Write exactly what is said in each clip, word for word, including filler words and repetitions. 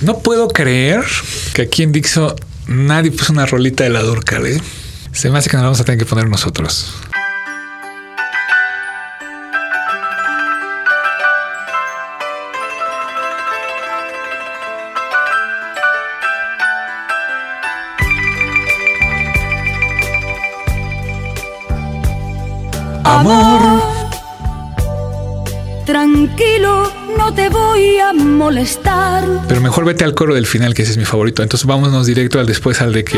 No puedo creer que aquí en Dixo nadie puso una rolita de la Dúrcal, ¿eh? Se me hace que nos vamos a tener que poner nosotros. Amor, tranquilo, no te voy a molestar. Pero mejor vete al coro del final, que ese es mi favorito. Entonces vámonos directo al después al de que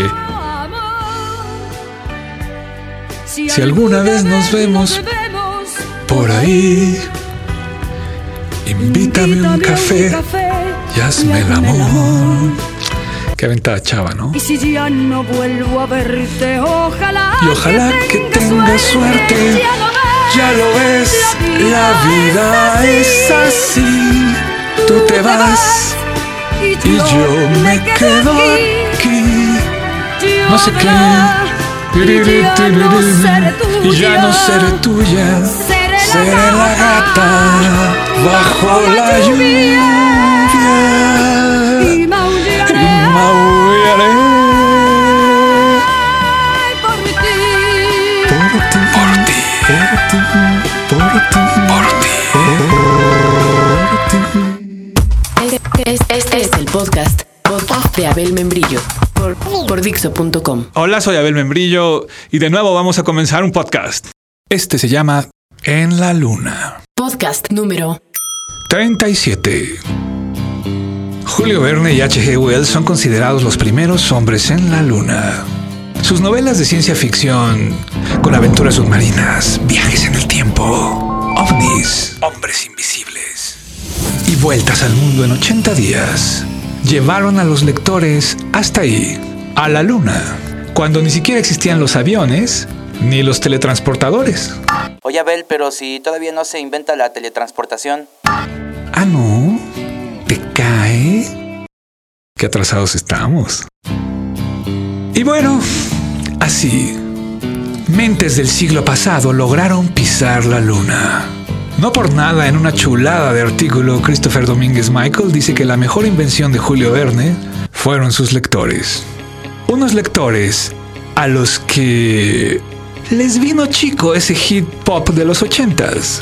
si, si alguna vez nos vemos por ahí, invítame un café, café y hazme el amor. Qué aventada chava, ¿no? Y si ya no vuelvo a verte, ojalá y ojalá que tengas, que tengas suerte, suerte. Ya, lo ves, ya lo ves, la vida, la vida es así. Tú te vas y yo, y yo me quedo aquí. aquí. No sé qué. Y ya no seré tuya, y ya no seré tuya. Seré, seré la, la gata bajo la lluvia. Y maullaré, y maullaré por ti, por ti, por ti, por ti, por ti, por ti. Este, este es el podcast, podcast de Abel Membrillo por, por Dixo punto com. Hola, soy Abel Membrillo y de nuevo vamos a comenzar un podcast. Este se llama En la Luna. Podcast número treinta y siete. Julio Verne y H G Wells son considerados los primeros hombres en la Luna. Sus novelas de ciencia ficción, con aventuras submarinas, viajes en el tiempo, ovnis, hombres invisibles y vueltas al mundo en ochenta días, llevaron a los lectores hasta ahí, a la Luna, cuando ni siquiera existían los aviones ni los teletransportadores. Oye, Abel, pero si todavía no se inventa la teletransportación. Ah, ¿no? ¿Te cae? Qué atrasados estamos. Y bueno, así, mentes del siglo pasado lograron pisar la Luna. No por nada, en una chulada de artículo, Christopher Domínguez Michael dice que la mejor invención de Julio Verne fueron sus lectores. Unos lectores a los que les vino chico ese hit pop de los ochentas.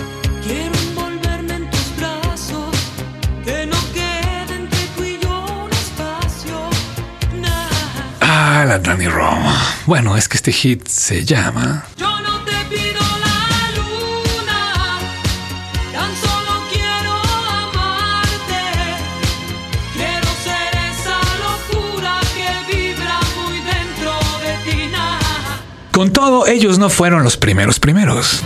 Ah, la Danny Roma. Bueno, es que este hit se llama Yo no te pido la luna, tan solo quiero amarte. Quiero ser esa locura que vibra muy dentro de ti. Con todo, ellos no fueron los primeros primeros.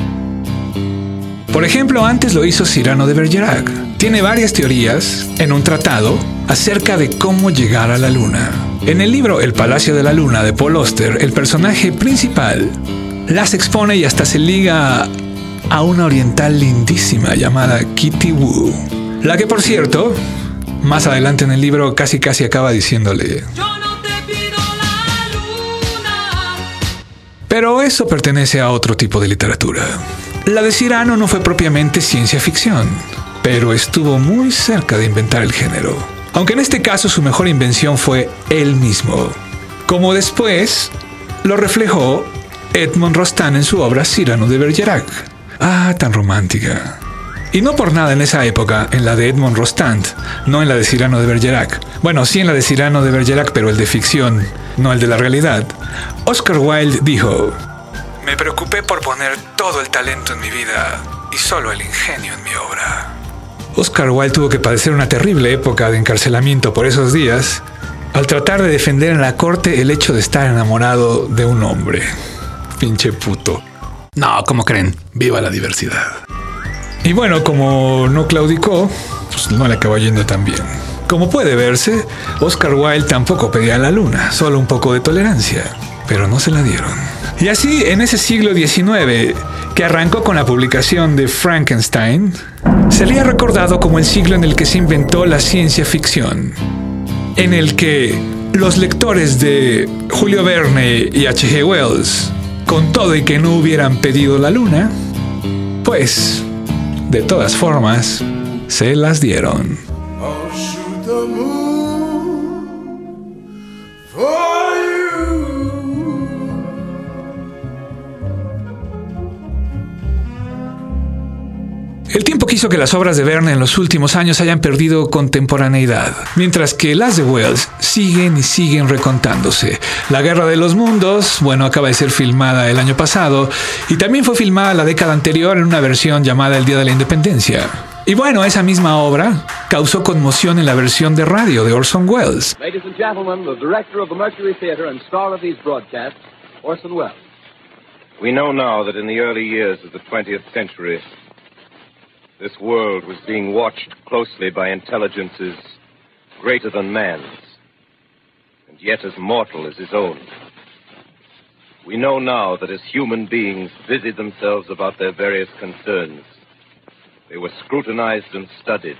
Por ejemplo, antes lo hizo Cyrano de Bergerac. Tiene varias teorías en un tratado acerca de cómo llegar a la Luna. En el libro El Palacio de la Luna de Paul Auster, el personaje principal las expone y hasta se liga a una oriental lindísima llamada Kitty Wu. La que, por cierto, más adelante en el libro casi casi acaba diciéndole: Yo no te pido la luna. Pero eso pertenece a otro tipo de literatura. La de Cyrano no fue propiamente ciencia ficción, pero estuvo muy cerca de inventar el género. Aunque en este caso su mejor invención fue él mismo, como después lo reflejó Edmond Rostand en su obra Cyrano de Bergerac. Ah, tan romántica. Y no por nada en esa época, en la de Edmond Rostand, no en la de Cyrano de Bergerac. Bueno, sí en la de Cyrano de Bergerac, pero el de ficción, no el de la realidad. Oscar Wilde dijo: me preocupé por poner todo el talento en mi vida y solo el ingenio en mi obra. Oscar Wilde tuvo que padecer una terrible época de encarcelamiento por esos días al tratar de defender en la corte el hecho de estar enamorado de un hombre. Pinche puto. No, ¿cómo creen? Viva la diversidad. Y bueno, como no claudicó, pues no le acabó yendo tan bien. Como puede verse, Oscar Wilde tampoco pedía la luna, solo un poco de tolerancia, pero no se la dieron. Y así, en ese siglo diecinueve, que arrancó con la publicación de Frankenstein, sería recordado como el siglo en el que se inventó la ciencia ficción, en el que los lectores de Julio Verne y H G Wells, con todo y que no hubieran pedido la luna, pues, de todas formas, se las dieron. Oh, shoot the moon. El tiempo quiso que las obras de Verne en los últimos años hayan perdido contemporaneidad, mientras que las de Wells siguen y siguen recontándose. La Guerra de los Mundos, bueno, acaba de ser filmada el año pasado, y también fue filmada la década anterior en una versión llamada El Día de la Independencia. Y bueno, esa misma obra causó conmoción en la versión de radio de Orson Welles. Ladies and gentlemen, the director of the Mercury Theatre and star of these broadcasts, Orson Welles. We know now that in the early years of the twentieth century, this world was being watched closely by intelligences greater than man's, and yet as mortal as his own. We know now that as human beings busied themselves about their various concerns, they were scrutinized and studied,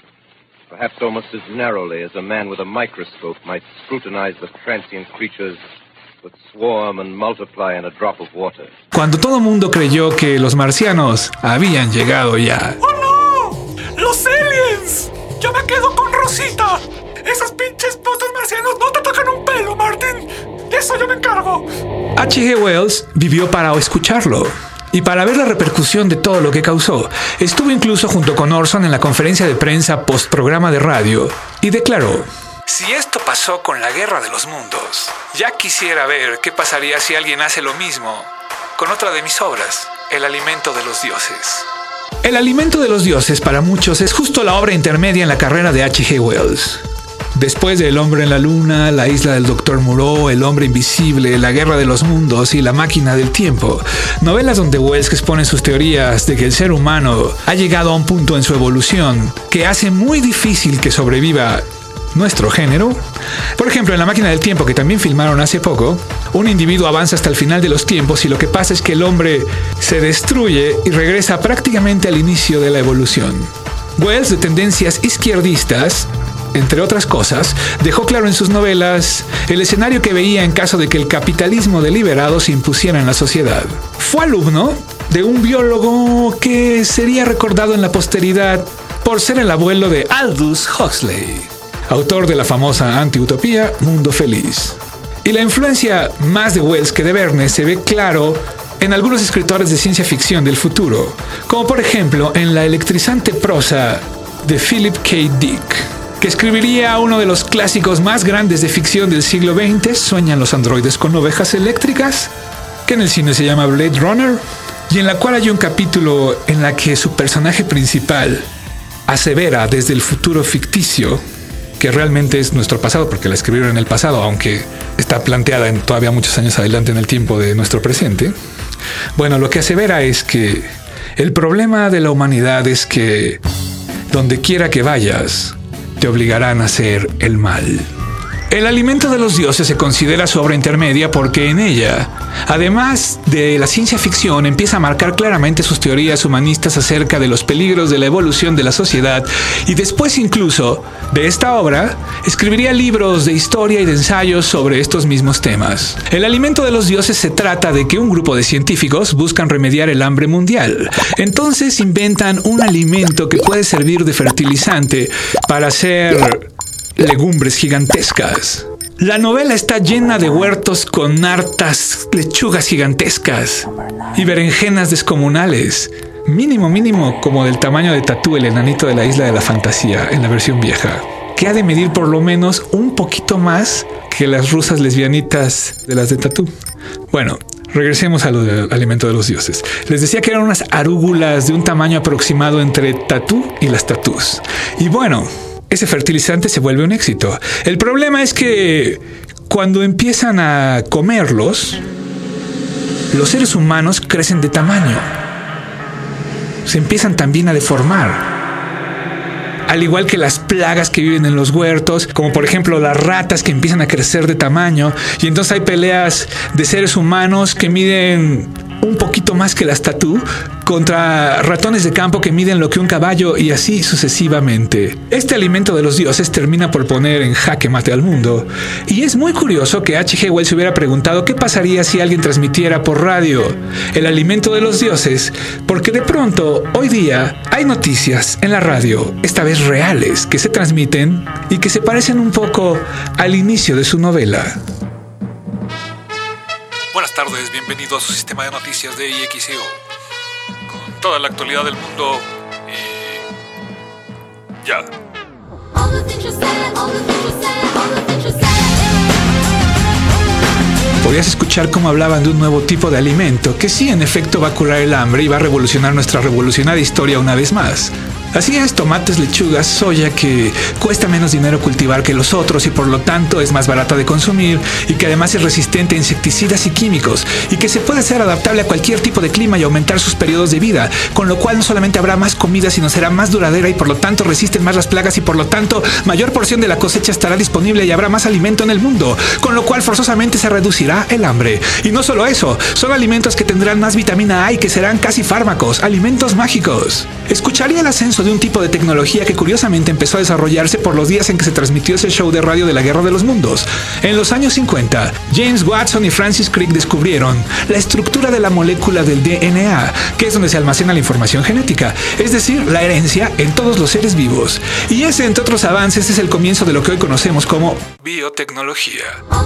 perhaps almost as narrowly as a man with a microscope might scrutinize the transient creatures that swarm and multiply in a drop of water. Cuando todo mundo creyó que los marcianos habían llegado ya. ¡Oh no! ¡Los aliens! Yo me quedo con Rosita. Esos pinches putos marcianos no te tocan un pelo, Martin. De eso yo me encargo. H G Wells vivió para escucharlo y para ver la repercusión de todo lo que causó. Estuvo incluso junto con Orson en la conferencia de prensa post programa de radio y declaró: si esto pasó con la Guerra de los Mundos, ya quisiera ver qué pasaría si alguien hace lo mismo con otra de mis obras, El Alimento de los Dioses. El Alimento de los Dioses para muchos es justo la obra intermedia en la carrera de H G Wells. Después de El Hombre en la Luna, La Isla del Doctor Moreau, El Hombre Invisible, La Guerra de los Mundos y La Máquina del Tiempo, novelas donde Wells expone sus teorías de que el ser humano ha llegado a un punto en su evolución que hace muy difícil que sobreviva nuestro género. Por ejemplo, en La Máquina del Tiempo, que también filmaron hace poco, un individuo avanza hasta el final de los tiempos y lo que pasa es que el hombre se destruye y regresa prácticamente al inicio de la evolución. Wells, de tendencias izquierdistas, entre otras cosas, dejó claro en sus novelas el escenario que veía en caso de que el capitalismo deliberado se impusiera en la sociedad. Fue alumno de un biólogo que sería recordado en la posteridad por ser el abuelo de Aldous Huxley, autor de la famosa antiutopía Mundo Feliz. Y la influencia más de Wells que de Verne se ve claro en algunos escritores de ciencia ficción del futuro, como por ejemplo en la electrizante prosa de Philip K. Dick, que escribiría uno de los clásicos más grandes de ficción del siglo veinte, Sueñan los androides con ovejas eléctricas, que en el cine se llama Blade Runner, y en la cual hay un capítulo en la que su personaje principal asevera desde el futuro ficticio, que realmente es nuestro pasado, porque la escribieron en el pasado, aunque está planteada en todavía muchos años adelante en el tiempo de nuestro presente. Bueno, lo que asevera es que el problema de la humanidad es que donde quiera que vayas, te obligarán a hacer el mal. El Alimento de los Dioses se considera su obra intermedia porque en ella, además de la ciencia ficción, empieza a marcar claramente sus teorías humanistas acerca de los peligros de la evolución de la sociedad, y después incluso de esta obra escribiría libros de historia y de ensayos sobre estos mismos temas. El Alimento de los Dioses se trata de que un grupo de científicos buscan remediar el hambre mundial. Entonces inventan un alimento que puede servir de fertilizante para hacer legumbres gigantescas. La novela está llena de huertos con hartas lechugas gigantescas y berenjenas descomunales, mínimo mínimo como del tamaño de Tatú, el enanito de la Isla de la Fantasía en la versión vieja, que ha de medir por lo menos un poquito más que las rusas lesbianitas de las de Tatú. Bueno, regresemos a lo del Alimento de los Dioses. Les decía que eran unas arúgulas de un tamaño aproximado entre Tatú y las Tatús. Y bueno, ese fertilizante se vuelve un éxito. El problema es que cuando empiezan a comerlos, los seres humanos crecen de tamaño. Se empiezan también a deformar. Al igual que las plagas que viven en los huertos, como por ejemplo las ratas que empiezan a crecer de tamaño, y entonces hay peleas de seres humanos que miden un poquito más que las tatú contra ratones de campo que miden lo que un caballo y así sucesivamente. Este alimento de los dioses termina por poner en jaque mate al mundo. Y es muy curioso que H G Wells se hubiera preguntado qué pasaría si alguien transmitiera por radio el alimento de los dioses, porque de pronto, hoy día, hay noticias en la radio, esta vez reales, que se transmiten y que se parecen un poco al inicio de su novela. Buenas tardes, bienvenido a su sistema de noticias de I X I O. Con toda la actualidad del mundo y... ya. Podías escuchar cómo hablaban de un nuevo tipo de alimento que sí, en efecto, va a curar el hambre y va a revolucionar nuestra revolucionaria historia una vez más. Así es, tomates, lechugas, soya que cuesta menos dinero cultivar que los otros y por lo tanto es más barata de consumir y que además es resistente a insecticidas y químicos y que se puede ser adaptable a cualquier tipo de clima y aumentar sus periodos de vida, con lo cual no solamente habrá más comida sino será más duradera y por lo tanto resisten más las plagas y por lo tanto mayor porción de la cosecha estará disponible y habrá más alimento en el mundo, con lo cual forzosamente se reducirá el hambre. Y no solo eso, son alimentos que tendrán más vitamina A y que serán casi fármacos, alimentos mágicos. Escucharía el ascenso de un tipo de tecnología que curiosamente empezó a desarrollarse por los días en que se transmitió ese show de radio de la Guerra de los Mundos. En los años cincuenta, James Watson y Francis Crick descubrieron la estructura de la molécula del D N A, que es donde se almacena la información genética, es decir, la herencia en todos los seres vivos. Y ese, entre otros avances, es el comienzo de lo que hoy conocemos como biotecnología.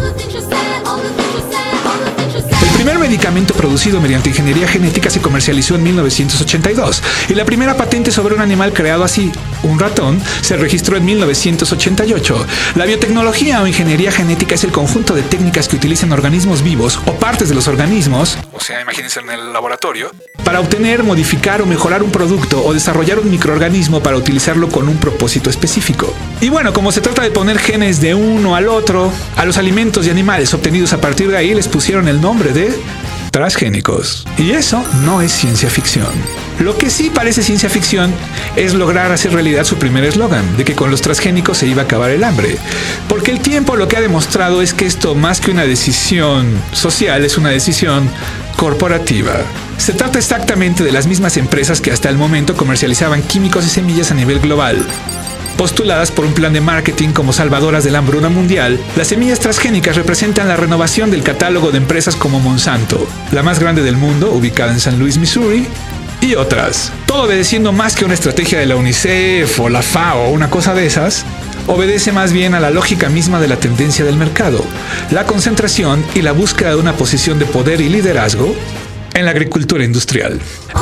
El primer medicamento producido mediante ingeniería genética se comercializó en mil novecientos ochenta y dos y la primera patente sobre un animal creado así, un ratón, se registró en mil novecientos ochenta y ocho. La biotecnología o ingeniería genética es el conjunto de técnicas que utilizan organismos vivos o partes de los organismos, o sea, imagínense en el laboratorio, para obtener, modificar o mejorar un producto o desarrollar un microorganismo para utilizarlo con un propósito específico. Y bueno, como se trata de poner genes de uno al otro, a los alimentos y animales obtenidos a partir de ahí les pusieron el nombre de transgénicos. Y eso no es ciencia ficción. Lo que sí parece ciencia ficción es lograr hacer realidad su primer eslogan, de que con los transgénicos se iba a acabar el hambre. Porque el tiempo lo que ha demostrado es que esto, más que una decisión social, es una decisión corporativa. Se trata exactamente de las mismas empresas que hasta el momento comercializaban químicos y semillas a nivel global. Postuladas por un plan de marketing como salvadoras de la hambruna mundial, las semillas transgénicas representan la renovación del catálogo de empresas como Monsanto, la más grande del mundo, ubicada en San Luis, Missouri, y otras. Todo obedeciendo más que una estrategia de la UNICEF o la FAO o una cosa de esas, obedece más bien a la lógica misma de la tendencia del mercado, la concentración y la búsqueda de una posición de poder y liderazgo en la agricultura industrial.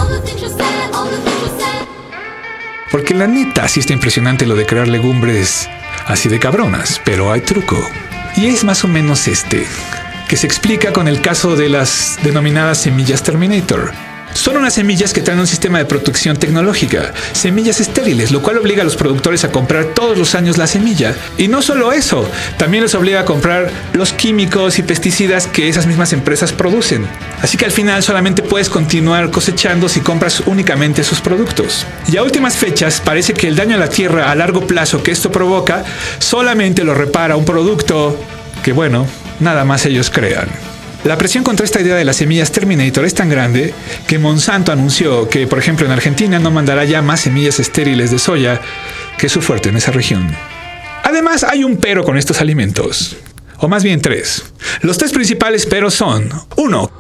Porque la neta sí está impresionante lo de crear legumbres así de cabronas, pero hay truco. Y es más o menos este, que se explica con el caso de las denominadas semillas Terminator. Son unas semillas que traen un sistema de protección tecnológica, semillas estériles, lo cual obliga a los productores a comprar todos los años la semilla. Y no solo eso, también les obliga a comprar los químicos y pesticidas que esas mismas empresas producen. Así que al final solamente puedes continuar cosechando si compras únicamente sus productos. Y a últimas fechas parece que el daño a la tierra a largo plazo que esto provoca solamente lo repara un producto que, bueno, nada más ellos crean. La presión contra esta idea de las semillas Terminator es tan grande que Monsanto anunció que, por ejemplo, en Argentina no mandará ya más semillas estériles de soya, que es su fuerte en esa región. Además, hay un pero con estos alimentos, o más bien tres. Los tres principales peros son: uno,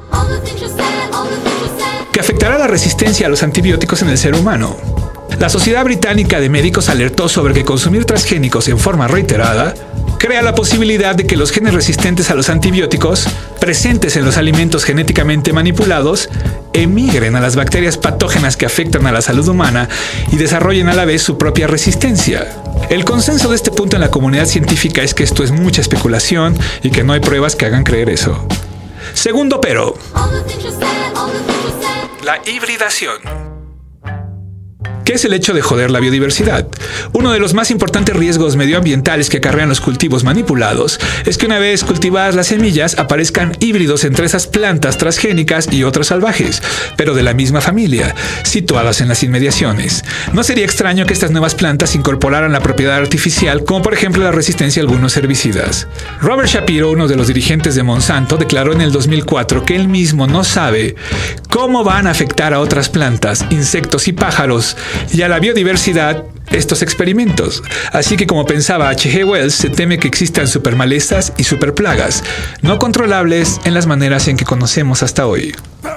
que afectará la resistencia a los antibióticos en el ser humano. La Sociedad Británica de Médicos alertó sobre que consumir transgénicos en forma reiterada crea la posibilidad de que los genes resistentes a los antibióticos presentes en los alimentos genéticamente manipulados emigren a las bacterias patógenas que afectan a la salud humana y desarrollen a la vez su propia resistencia. El consenso de este punto en la comunidad científica es que esto es mucha especulación y que no hay pruebas que hagan creer eso. Segundo pero, la hibridación. que es el hecho de joder la biodiversidad. Uno de los más importantes riesgos medioambientales que acarrean los cultivos manipulados es que una vez cultivadas las semillas aparezcan híbridos entre esas plantas transgénicas y otras salvajes, pero de la misma familia, situadas en las inmediaciones. No sería extraño que estas nuevas plantas incorporaran la propiedad artificial, como por ejemplo la resistencia a algunos herbicidas. Robert Shapiro, uno de los dirigentes de Monsanto, declaró en el dos mil cuatro que él mismo no sabe cómo van a afectar a otras plantas, insectos y pájaros y a la biodiversidad estos experimentos. Así que, como pensaba H G Wells, se teme que existan supermalezas y superplagas no controlables en las maneras en que conocemos hasta hoy.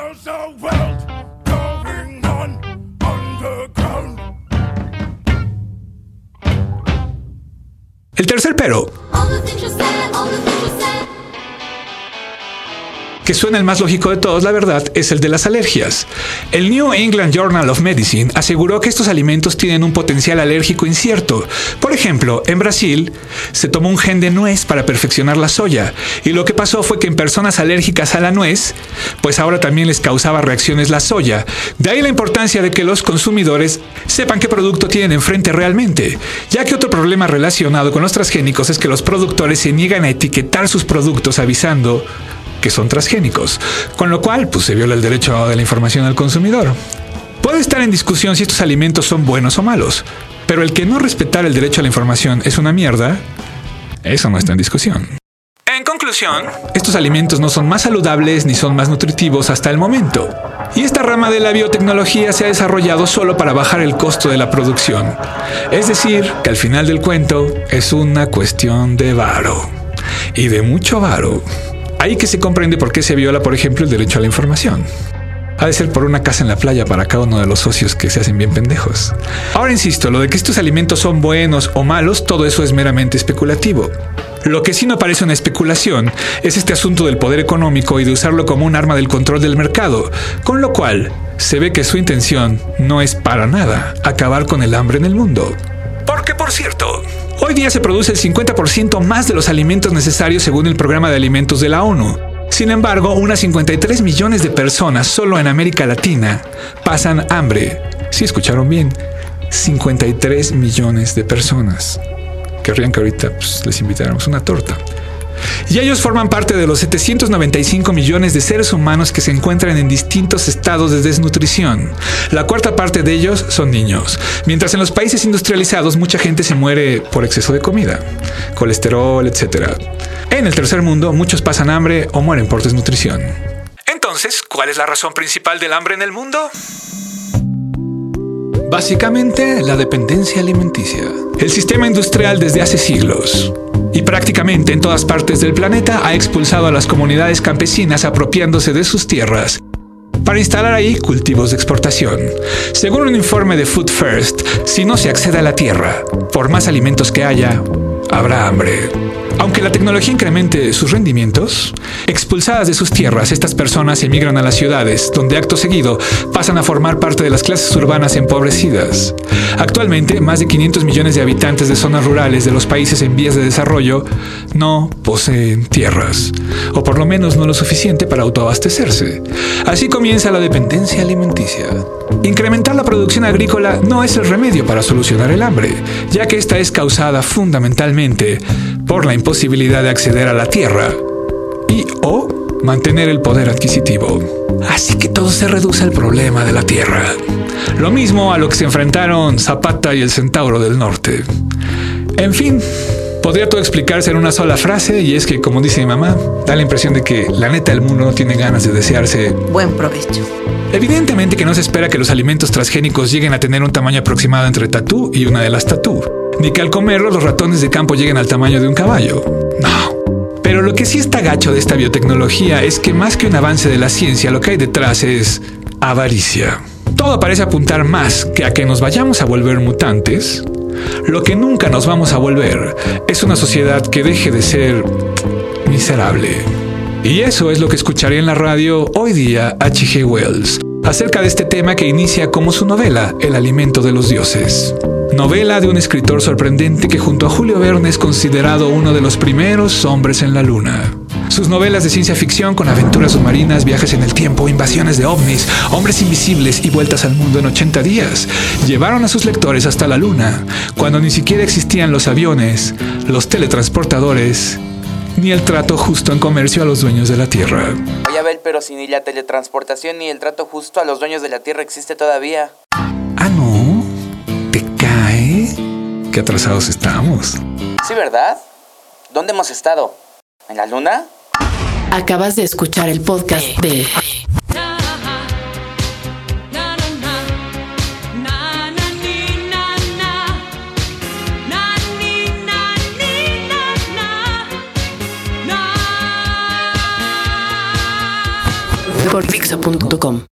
El tercer pero, que suena el más lógico de todos, la verdad, es el de las alergias. El New England Journal of Medicine aseguró que estos alimentos tienen un potencial alérgico incierto. Por ejemplo, en Brasil se tomó un gen de nuez para perfeccionar la soya, y lo que pasó fue que en personas alérgicas a la nuez, pues ahora también les causaba reacciones la soya. De ahí la importancia de que los consumidores sepan qué producto tienen enfrente realmente, ya que otro problema relacionado con los transgénicos es que los productores se niegan a etiquetar sus productos avisando que son transgénicos, con lo cual pues, se viola el derecho de la información al consumidor. Puede estar en discusión si estos alimentos son buenos o malos, pero el que no respetar el derecho a la información es una mierda, eso no está en discusión. En conclusión, estos alimentos no son más saludables ni son más nutritivos hasta el momento. Y esta rama de la biotecnología se ha desarrollado solo para bajar el costo de la producción. Es decir, que al final del cuento es una cuestión de varo. Y de mucho varo. Ahí que se comprende por qué se viola, por ejemplo, el derecho a la información. Ha de ser por una casa en la playa para cada uno de los socios que se hacen bien pendejos. Ahora insisto, lo de que estos alimentos son buenos o malos, todo eso es meramente especulativo. Lo que sí no parece una especulación es este asunto del poder económico y de usarlo como un arma del control del mercado, con lo cual se ve que su intención no es para nada acabar con el hambre en el mundo. Porque, por cierto, hoy día se produce el cincuenta por ciento más de los alimentos necesarios según el Programa de Alimentos de la ONU. Sin embargo, unas cincuenta y tres millones de personas solo en América Latina pasan hambre. Sí, escucharon bien, cincuenta y tres millones de personas. Querrían que ahorita pues, les invitáramos una torta. Y ellos forman parte de los setecientos noventa y cinco millones de seres humanos que se encuentran en distintos estados de desnutrición. La cuarta parte de ellos son niños, mientras en los países industrializados mucha gente se muere por exceso de comida, colesterol, etcétera. En el tercer mundo muchos pasan hambre o mueren por desnutrición. Entonces, ¿cuál es la razón principal del hambre en el mundo? Básicamente, la dependencia alimenticia. El sistema industrial desde hace siglos y prácticamente en todas partes del planeta ha expulsado a las comunidades campesinas apropiándose de sus tierras para instalar ahí cultivos de exportación. Según un informe de Food First, si no se accede a la tierra, por más alimentos que haya, habrá hambre. Aunque la tecnología incremente sus rendimientos, expulsadas de sus tierras, estas personas emigran a las ciudades, donde acto seguido pasan a formar parte de las clases urbanas empobrecidas. Actualmente, más de quinientos millones de habitantes de zonas rurales de los países en vías de desarrollo no poseen tierras, o por lo menos no lo suficiente para autoabastecerse. Así comienza la dependencia alimenticia. Incrementar la producción agrícola no es el remedio para solucionar el hambre, ya que esta es causada fundamentalmente por la imposibilidad de acceder a la tierra y o mantener el poder adquisitivo. Así que todo se reduce al problema de la tierra. Lo mismo a lo que se enfrentaron Zapata y el Centauro del Norte. En fin, podría todo explicarse en una sola frase, y es que, como dice mi mamá, da la impresión de que la neta del mundo no tiene ganas de desearse buen provecho. Evidentemente que no se espera que los alimentos transgénicos lleguen a tener un tamaño aproximado entre tatú y una de las tatú, ni que al comerlos los ratones de campo lleguen al tamaño de un caballo. No. Pero lo que sí está gacho de esta biotecnología es que más que un avance de la ciencia, lo que hay detrás es avaricia. Todo parece apuntar más que a que nos vayamos a volver mutantes. Lo que nunca nos vamos a volver es una sociedad que deje de ser miserable. Y eso es lo que escucharé en la radio hoy día H G Wells, acerca de este tema que inicia como su novela, El alimento de los dioses. Novela de un escritor sorprendente que junto a Julio Verne es considerado uno de los primeros hombres en la luna. Sus novelas de ciencia ficción con aventuras submarinas, viajes en el tiempo, invasiones de ovnis, hombres invisibles y vueltas al mundo en ochenta días llevaron a sus lectores hasta la luna, cuando ni siquiera existían los aviones, los teletransportadores, ni el trato justo en comercio a los dueños de la Tierra. Oye, Abel, pero si ni la teletransportación ni el trato justo a los dueños de la Tierra existe todavía. Ah, ¿no? ¿Te cae? Qué atrasados estamos. Sí, ¿verdad? ¿Dónde hemos estado? ¿En la luna? Acabas de escuchar el podcast de por Fixo punto com.